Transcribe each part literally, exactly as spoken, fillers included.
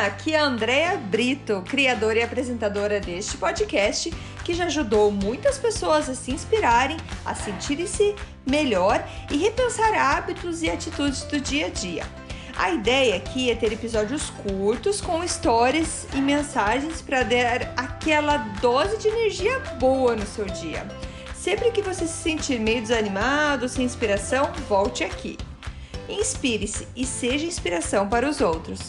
aqui é a Andrea Brito, criadora e apresentadora deste podcast, que já ajudou muitas pessoas a se inspirarem, a sentirem-se melhor e repensar hábitos e atitudes do dia a dia. A ideia aqui é ter episódios curtos com histórias e mensagens para dar aquela dose de energia boa no seu dia. Sempre que você se sentir meio desanimado, sem inspiração, volte aqui. Inspire-se e seja inspiração para os outros.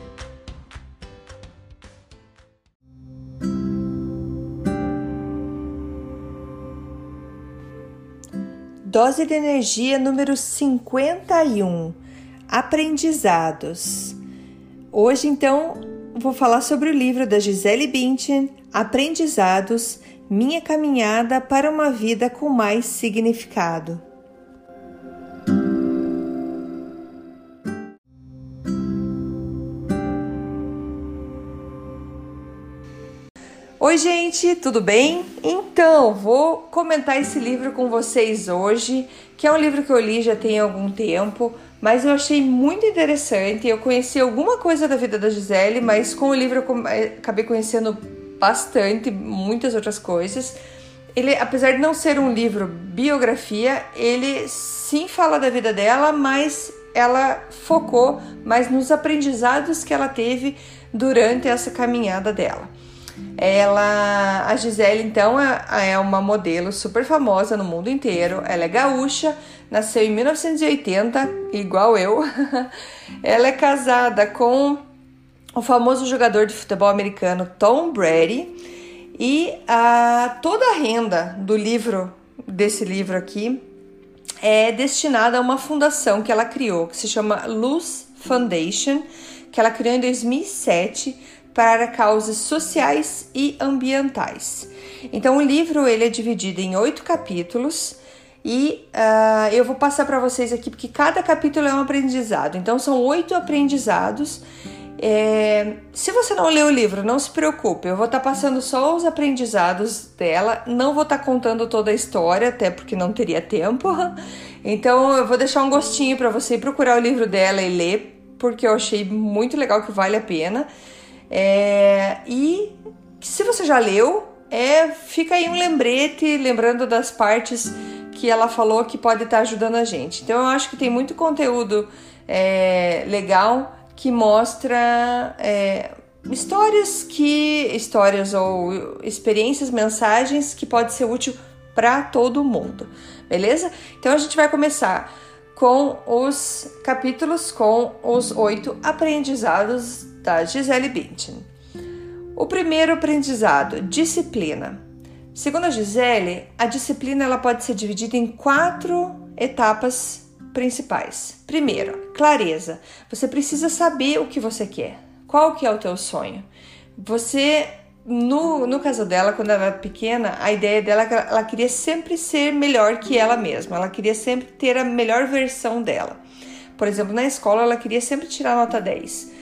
Dose de energia número cinquenta e um. Aprendizados. Hoje, então, vou falar sobre o livro da Gisele Bündchen, Aprendizados, Minha Caminhada para uma Vida com Mais Significado. Oi, gente, tudo bem? Então, vou comentar esse livro com vocês hoje, que é um livro que eu li já tem algum tempo, mas eu achei muito interessante. Eu conheci alguma coisa da vida da Gisele, mas com o livro eu acabei conhecendo bastante, muitas outras coisas. Ele, apesar de não ser um livro biografia, ele sim fala da vida dela, mas ela focou mais nos aprendizados que ela teve durante essa caminhada dela. Ela, a Gisele, então, é uma modelo super famosa no mundo inteiro. Ela é gaúcha, nasceu em mil novecentos e oitenta, igual eu. Ela é casada com o famoso jogador de futebol americano Tom Brady. E a, toda a renda do livro, desse livro aqui, é destinada a uma fundação que ela criou, que se chama Luz Foundation, que ela criou em dois mil e sete, para causas sociais e ambientais. Então o livro ele é dividido em oito capítulos e uh, eu vou passar para vocês aqui porque cada capítulo é um aprendizado. Então são oito aprendizados. É, se você não leu o livro, não se preocupe, eu vou estar tá passando só os aprendizados dela, não vou estar tá contando toda a história, até porque não teria tempo. Então eu vou deixar um gostinho para você procurar o livro dela e ler, porque eu achei muito legal, que vale a pena. É, e se você já leu, é, fica aí um lembrete, lembrando das partes que ela falou que pode estar ajudando a gente. Então eu acho que tem muito conteúdo é, legal que mostra é, histórias que histórias ou experiências, mensagens que pode ser útil para todo mundo, beleza? Então a gente vai começar com os capítulos, com os oito aprendizados da Gisele Bündchen. O primeiro aprendizado, disciplina. Segundo a Gisele, a disciplina ela pode ser dividida em quatro etapas principais. Primeiro, clareza. Você precisa saber o que você quer. Qual que é o teu sonho? Você, no, no caso dela, quando ela era pequena, a ideia dela é que ela queria sempre ser melhor que ela mesma. Ela queria sempre ter a melhor versão dela. Por exemplo, na escola, ela queria sempre tirar nota dez.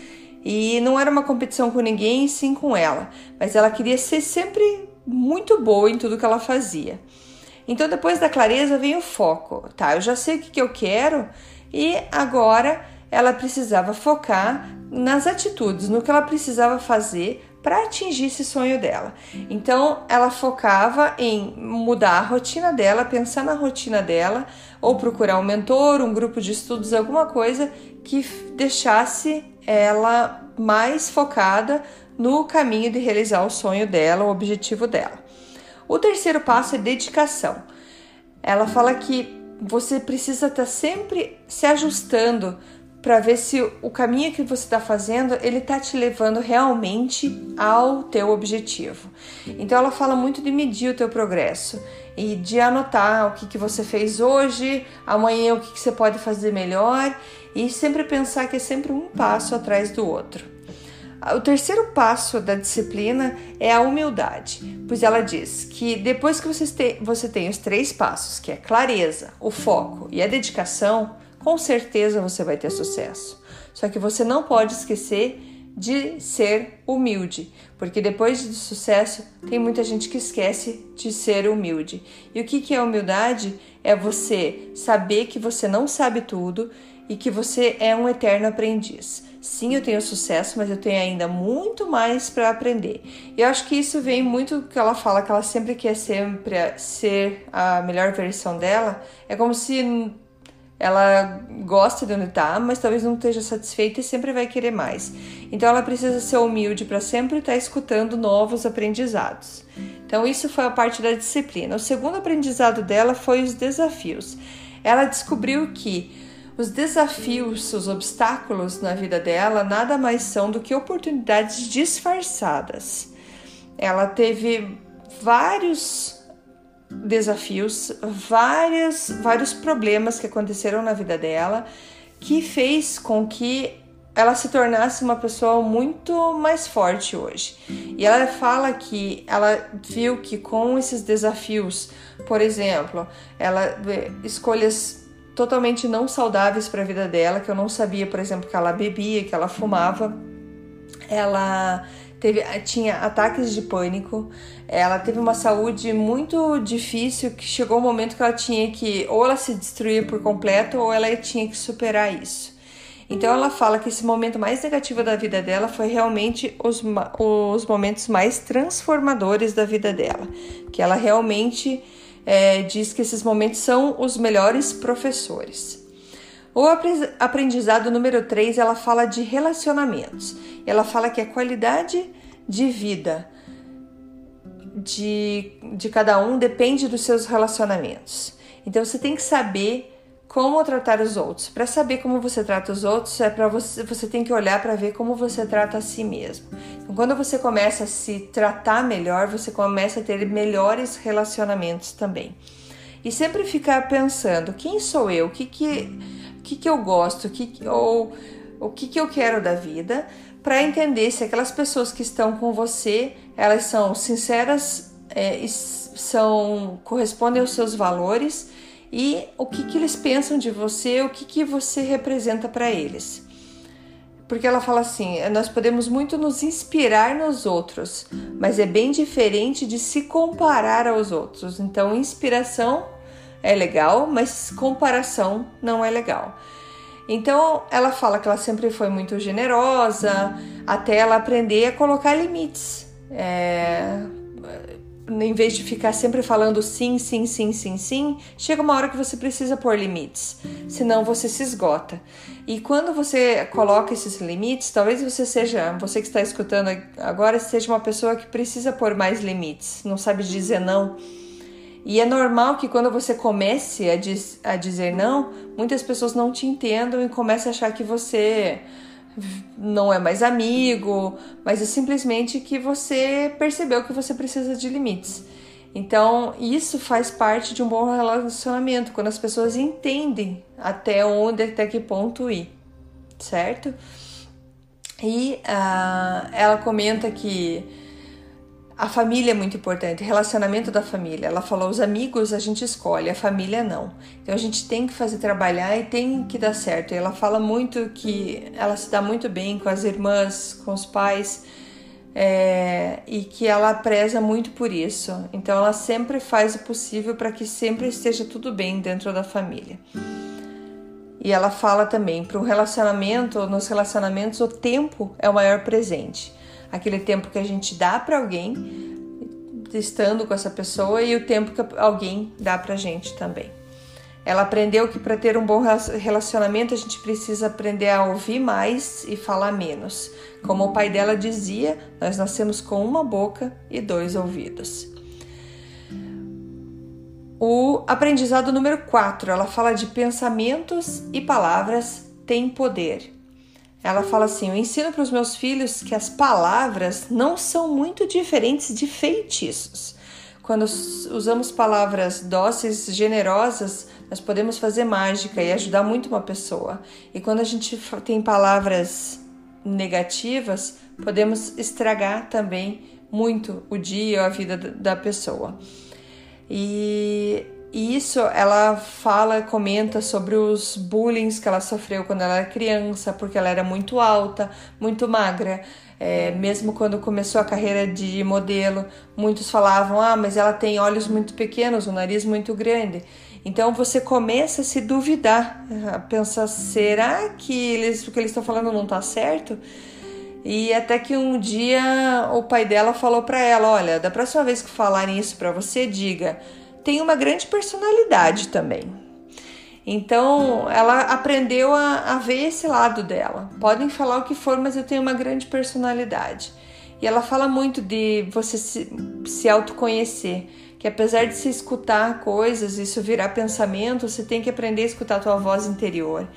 E não era uma competição com ninguém, sim com ela. Mas ela queria ser sempre muito boa em tudo que ela fazia. Então, depois da clareza, vem o foco. Tá, eu já sei o que, que eu quero e agora ela precisava focar nas atitudes, no que ela precisava fazer para atingir esse sonho dela. Então, ela focava em mudar a rotina dela, pensar na rotina dela, ou procurar um mentor, um grupo de estudos, alguma coisa que deixasse ela mais focada no caminho de realizar o sonho dela, o objetivo dela. O terceiro passo é dedicação. Ela fala que você precisa estar sempre se ajustando para ver se o caminho que você está fazendo, ele está te levando realmente ao teu objetivo. Então ela fala muito de medir o teu progresso e de anotar o que, que você fez hoje, amanhã o que, que você pode fazer melhor e sempre pensar que é sempre um passo atrás do outro. O terceiro passo da disciplina é a humildade, pois ela diz que depois que você tem, você tem os três passos, que é clareza, o foco e a dedicação, com certeza você vai ter sucesso. Só que você não pode esquecer de ser humilde, porque depois do sucesso tem muita gente que esquece de ser humilde. E o que, que é humildade? É você saber que você não sabe tudo e que você é um eterno aprendiz. Sim, eu tenho sucesso, mas eu tenho ainda muito mais para aprender. E eu acho que isso vem muito do que ela fala, que ela sempre quer sempre ser a melhor versão dela. É como se ela gosta de onde está, mas talvez não esteja satisfeita e sempre vai querer mais. Então ela precisa ser humilde para sempre estar escutando novos aprendizados. Então isso foi a parte da disciplina. O segundo aprendizado dela foi os desafios. Ela descobriu que os desafios, os obstáculos na vida dela nada mais são do que oportunidades disfarçadas. Ela teve vários desafios, vários, vários problemas que aconteceram na vida dela, que fez com que ela se tornasse uma pessoa muito mais forte hoje. E ela fala que ela viu que com esses desafios, por exemplo, ela escolhas totalmente não saudáveis para a vida dela, que eu não sabia, por exemplo, que ela bebia, que ela fumava, ela teve, tinha ataques de pânico, ela teve uma saúde muito difícil, que chegou um momento que ela tinha que, ou ela se destruir por completo, ou ela tinha que superar isso. Então ela fala que esse momento mais negativo da vida dela foi realmente os, os momentos mais transformadores da vida dela, que ela realmente É, diz que esses momentos são os melhores professores. O aprendizado número três, ela fala de relacionamentos. Ela fala que a qualidade de vida de, de cada um depende dos seus relacionamentos. Então você tem que saber como tratar os outros. Para saber como você trata os outros, é para você, você tem que olhar para ver como você trata a si mesmo. Então, quando você começa a se tratar melhor, você começa a ter melhores relacionamentos também. E sempre ficar pensando, quem sou eu? O que que, o que, que eu gosto? O que, ou o que, que eu quero da vida? Para entender se aquelas pessoas que estão com você, elas são sinceras, é, são, correspondem aos seus valores, e o que, que eles pensam de você, o que, que você representa para eles. Porque ela fala assim, nós podemos muito nos inspirar nos outros, mas é bem diferente de se comparar aos outros. Então, inspiração é legal, mas comparação não é legal. Então, ela fala que ela sempre foi muito generosa, até ela aprender a colocar limites. É... Em vez de ficar sempre falando sim, sim, sim, sim, sim, chega uma hora que você precisa pôr limites, senão você se esgota. E quando você coloca esses limites, talvez você seja, você que está escutando agora, seja uma pessoa que precisa pôr mais limites, não sabe dizer não. E é normal que quando você comece a, diz, a dizer não, muitas pessoas não te entendam e comecem a achar que você não é mais amigo, mas é simplesmente que você percebeu que você precisa de limites. Então, isso faz parte de um bom relacionamento, quando as pessoas entendem até onde, até que ponto ir, certo? E uh, ela comenta que a família é muito importante, relacionamento da família. Ela falou, os amigos a gente escolhe, a família não. Então a gente tem que fazer trabalhar e tem que dar certo. E ela fala muito que ela se dá muito bem com as irmãs, com os pais, é, e que ela preza muito por isso. Então ela sempre faz o possível para que sempre esteja tudo bem dentro da família. E ela fala também, para um relacionamento, nos relacionamentos, o tempo é o maior presente. Aquele tempo que a gente dá para alguém, estando com essa pessoa, e o tempo que alguém dá pra gente também. Ela aprendeu que para ter um bom relacionamento a gente precisa aprender a ouvir mais e falar menos. Como o pai dela dizia, nós nascemos com uma boca e dois ouvidos. O aprendizado número quatro, ela fala de pensamentos e palavras têm poder. Ela fala assim, eu ensino para os meus filhos que as palavras não são muito diferentes de feitiços. Quando usamos palavras dóceis, generosas, nós podemos fazer mágica e ajudar muito uma pessoa. E quando a gente tem palavras negativas, podemos estragar também muito o dia ou a vida da pessoa. E... E isso ela fala, comenta sobre os bullying que ela sofreu quando ela era criança, porque ela era muito alta, muito magra. É, mesmo quando começou a carreira de modelo, muitos falavam, ah, mas ela tem olhos muito pequenos, um nariz muito grande. Então você começa a se duvidar, a pensar, será que eles, o que eles estão falando não está certo? E até que um dia o pai dela falou para ela, olha, da próxima vez que falarem isso para você, diga, tem uma grande personalidade também. Então ela aprendeu a, a ver esse lado dela. Podem falar o que for, mas eu tenho uma grande personalidade. E ela fala muito de você se, se autoconhecer, que apesar de se escutar coisas, isso virar pensamento, você tem que aprender a escutar a tua voz interior.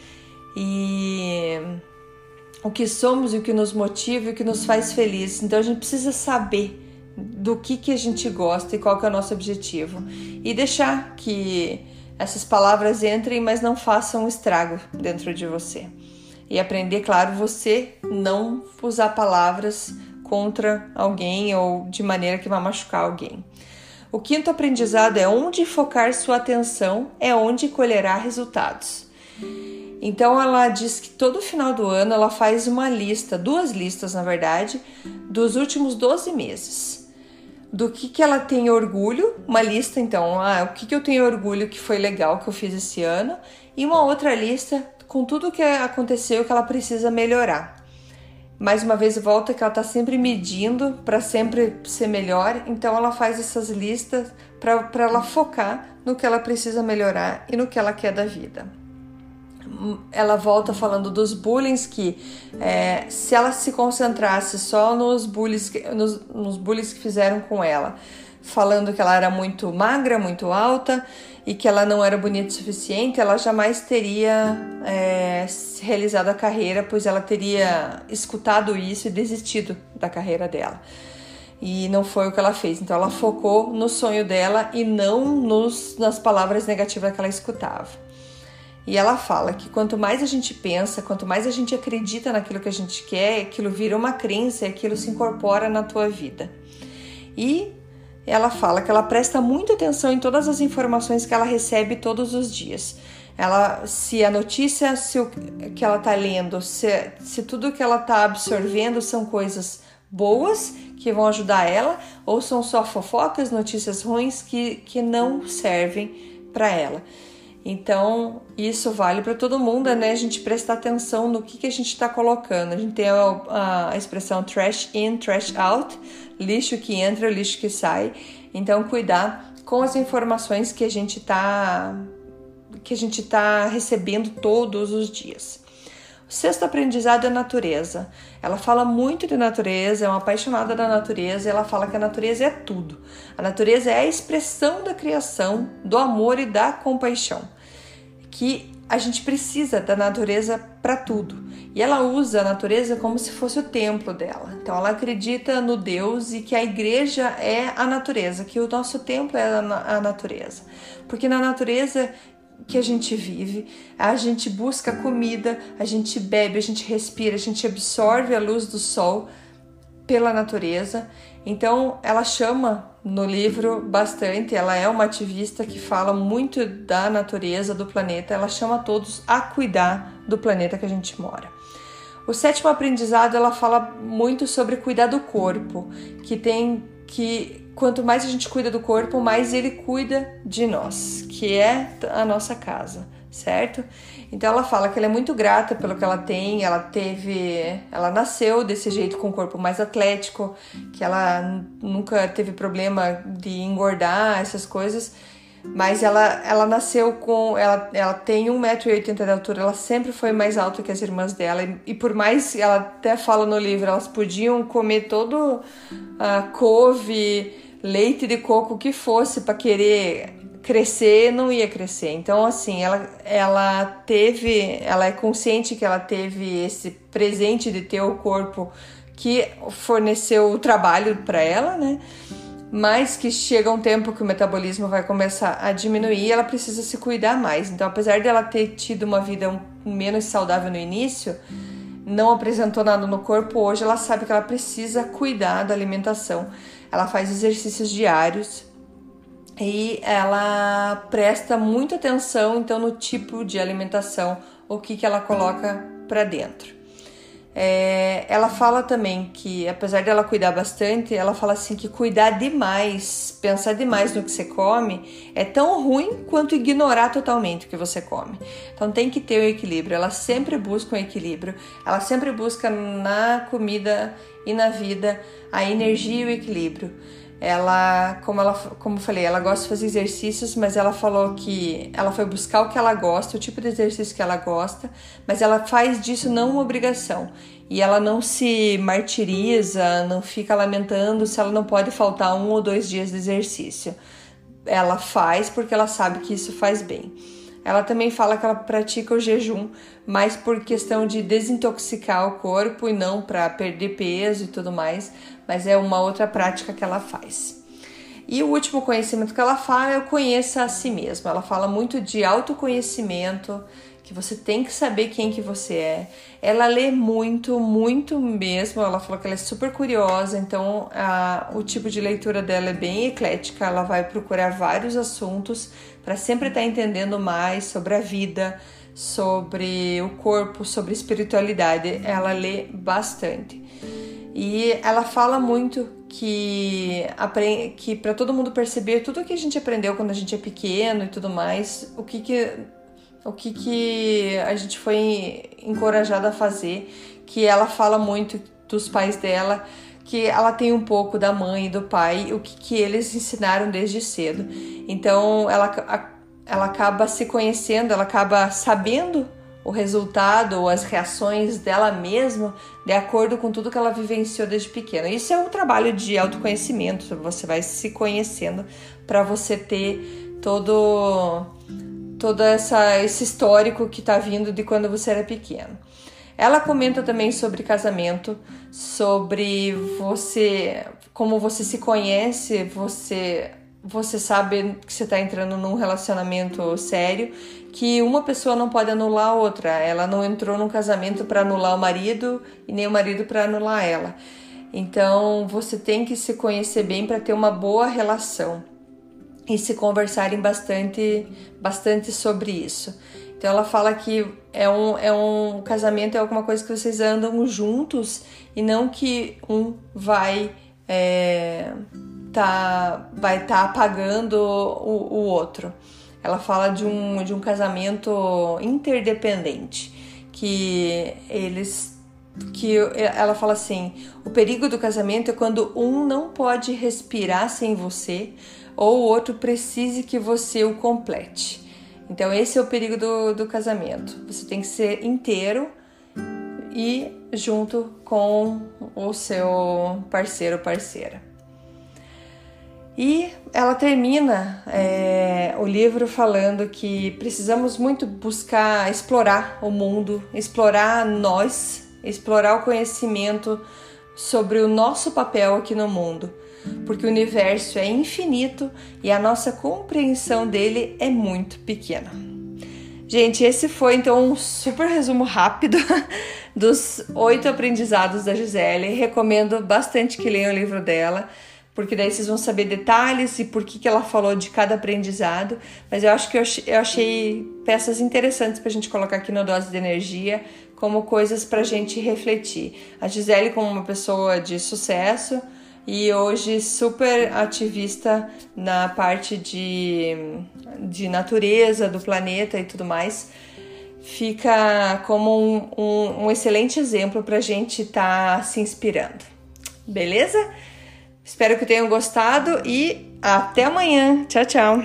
E o que somos e o que nos motiva e o que nos faz felizes. Então a gente precisa saber do que, que a gente gosta e qual que é o nosso objetivo. E deixar que essas palavras entrem, mas não façam um estrago dentro de você. E aprender, claro, você não usar palavras contra alguém ou de maneira que vai machucar alguém. O quinto aprendizado é onde focar sua atenção é onde colherá resultados. Então ela diz que todo final do ano ela faz uma lista, duas listas na verdade, dos últimos doze meses. Do que, que ela tem orgulho, uma lista então, ah, o que, que eu tenho orgulho que foi legal que eu fiz esse ano, e uma outra lista com tudo que aconteceu que ela precisa melhorar. Mais uma vez volta que ela está sempre medindo para sempre ser melhor, então ela faz essas listas para ela focar no que ela precisa melhorar e no que ela quer da vida. Ela volta falando dos bullying que é, se ela se concentrasse só nos bullies, nos, nos bullies que fizeram com ela, falando que ela era muito magra, muito alta e que ela não era bonita o suficiente, ela jamais teria é, realizado a carreira, pois ela teria escutado isso e desistido da carreira dela. E não foi o que ela fez. Então ela focou no sonho dela e não nos, nas palavras negativas que ela escutava. E ela fala que quanto mais a gente pensa, quanto mais a gente acredita naquilo que a gente quer, aquilo vira uma crença e aquilo se incorpora na tua vida. E ela fala que ela presta muita atenção em todas as informações que ela recebe todos os dias. Ela, se a notícia se o que ela está lendo, se, se tudo que ela está absorvendo são coisas boas que vão ajudar ela, ou são só fofocas, notícias ruins que, que não servem para ela. Então, isso vale para todo mundo, né? A gente prestar atenção no que, que a gente está colocando. A gente tem a, a, a expressão trash in, trash out, lixo que entra, lixo que sai. Então, cuidar com as informações que a gente está que a gente tá recebendo todos os dias. O sexto aprendizado é a natureza. Ela fala muito de natureza, é uma apaixonada da natureza, e ela fala que a natureza é tudo. A natureza é a expressão da criação, do amor e da compaixão. Que a gente precisa da natureza para tudo. E ela usa a natureza como se fosse o templo dela. Então ela acredita no Deus e que a igreja é a natureza, que o nosso templo é a natureza. Porque na natureza que a gente vive, a gente busca comida, a gente bebe, a gente respira, a gente absorve a luz do sol pela natureza. Então ela chama no livro bastante, ela é uma ativista que fala muito da natureza, do planeta, ela chama todos a cuidar do planeta que a gente mora. O sétimo aprendizado, ela fala muito sobre cuidar do corpo, que tem que quanto mais a gente cuida do corpo, mais ele cuida de nós, que é a nossa casa, certo? Então ela fala que ela é muito grata pelo que ela tem, ela teve, ela nasceu desse jeito com um corpo mais atlético, que ela nunca teve problema de engordar, essas coisas, mas ela, ela nasceu com, ela, ela tem um metro e oitenta de altura, ela sempre foi mais alta que as irmãs dela, e, e por mais, ela até fala no livro, elas podiam comer todo a couve, leite de coco, o que fosse para querer crescer, não ia crescer. Então assim, ela, ela teve, ela é consciente que ela teve esse presente de ter o corpo que forneceu o trabalho para ela, né? Mas que chega um tempo que o metabolismo vai começar a diminuir e ela precisa se cuidar mais. Então, apesar de ela ter tido uma vida um, menos saudável no início, não apresentou nada no corpo, hoje ela sabe que ela precisa cuidar da alimentação. Ela faz exercícios diários e ela presta muita atenção então no tipo de alimentação, o que, que ela coloca para dentro. É, É, ela fala também que, apesar dela cuidar bastante, ela fala assim que cuidar demais, pensar demais no que você come, é tão ruim quanto ignorar totalmente o que você come. Então tem que ter o equilíbrio. Ela sempre busca um equilíbrio. Ela sempre busca na comida e na vida a energia e o equilíbrio. Ela, como ela, como eu falei, ela gosta de fazer exercícios, mas ela falou que ela foi buscar o que ela gosta, o tipo de exercício que ela gosta, mas ela faz disso não uma obrigação. E ela não se martiriza, não fica lamentando se ela não pode faltar um ou dois dias de exercício. Ela faz porque ela sabe que isso faz bem. Ela também fala que ela pratica o jejum, mais por questão de desintoxicar o corpo e não para perder peso e tudo mais, mas é uma outra prática que ela faz. E o último conhecimento que ela fala é o conheça a si mesma. Ela fala muito de autoconhecimento, que você tem que saber quem que você é. Ela lê muito, muito mesmo. Ela falou que ela é super curiosa, então a, o tipo de leitura dela é bem eclética. Ela vai procurar vários assuntos para sempre estar entendendo mais sobre a vida, sobre o corpo, sobre espiritualidade. Ela lê bastante. E ela fala muito que, que para todo mundo perceber tudo que a gente aprendeu quando a gente é pequeno e tudo mais, o que que... o que, que a gente foi encorajada a fazer, que ela fala muito dos pais dela, que ela tem um pouco da mãe e do pai, o que, que eles ensinaram desde cedo. Então ela, ela acaba se conhecendo, ela acaba sabendo o resultado ou as reações dela mesma de acordo com tudo que ela vivenciou desde pequena. Isso é um trabalho de autoconhecimento, você vai se conhecendo para você ter todo... todo essa, esse histórico que está vindo de quando você era pequeno. Ela comenta também sobre casamento, sobre você, como você se conhece, você, você sabe que você está entrando num relacionamento sério, que uma pessoa não pode anular a outra. Ela não entrou num casamento para anular o marido e nem o marido para anular ela. Então você tem que se conhecer bem para ter uma boa relação e se conversarem bastante, bastante sobre isso. Então ela fala que é um, é um casamento, é alguma coisa que vocês andam juntos e não que um vai é, tá, vai tá apagando o, o outro. Ela fala de um, de um casamento interdependente, que eles... que ela fala assim, o perigo do casamento é quando um não pode respirar sem você, ou o outro precise que você o complete. Então esse é o perigo do, do casamento. Você tem que ser inteiro e junto com o seu parceiro ou parceira. E ela termina é, o livro falando que precisamos muito buscar explorar o mundo, explorar nós, explorar o conhecimento sobre o nosso papel aqui no mundo, porque o universo é infinito e a nossa compreensão dele é muito pequena. Gente, esse foi então um super resumo rápido dos oito aprendizados da Gisele. Recomendo bastante que leiam o livro dela, porque daí vocês vão saber detalhes e por que, que ela falou de cada aprendizado. Mas eu acho que eu achei peças interessantes para a gente colocar aqui no Dose de Energia, como coisas para a gente refletir. A Gisele como uma pessoa de sucesso e hoje super ativista na parte de, de natureza, do planeta e tudo mais, fica como um, um, um excelente exemplo para a gente estar tá se inspirando. Beleza? Espero que tenham gostado e até amanhã. Tchau, tchau!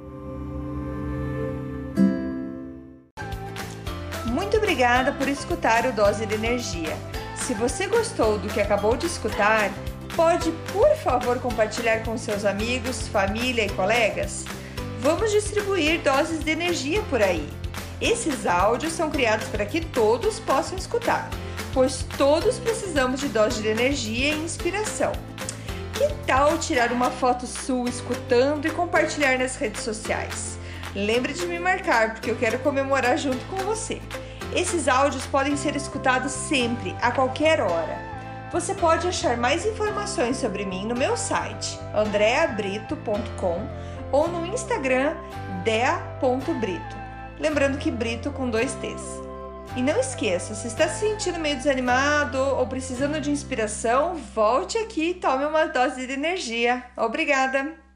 Muito obrigada por escutar o Dose de Energia. Se você gostou do que acabou de escutar, pode, por favor, compartilhar com seus amigos, família e colegas? Vamos distribuir doses de energia por aí. Esses áudios são criados para que todos possam escutar, pois todos precisamos de doses de energia e inspiração. Que tal tirar uma foto sua escutando e compartilhar nas redes sociais? Lembre de me marcar, porque eu quero comemorar junto com você. Esses áudios podem ser escutados sempre, a qualquer hora. Você pode achar mais informações sobre mim no meu site, andrea brito ponto com, ou no Instagram, dea ponto brito. Lembrando que Brito com dois T's. E não esqueça, se está se sentindo meio desanimado ou precisando de inspiração, volte aqui e tome uma dose de energia. Obrigada!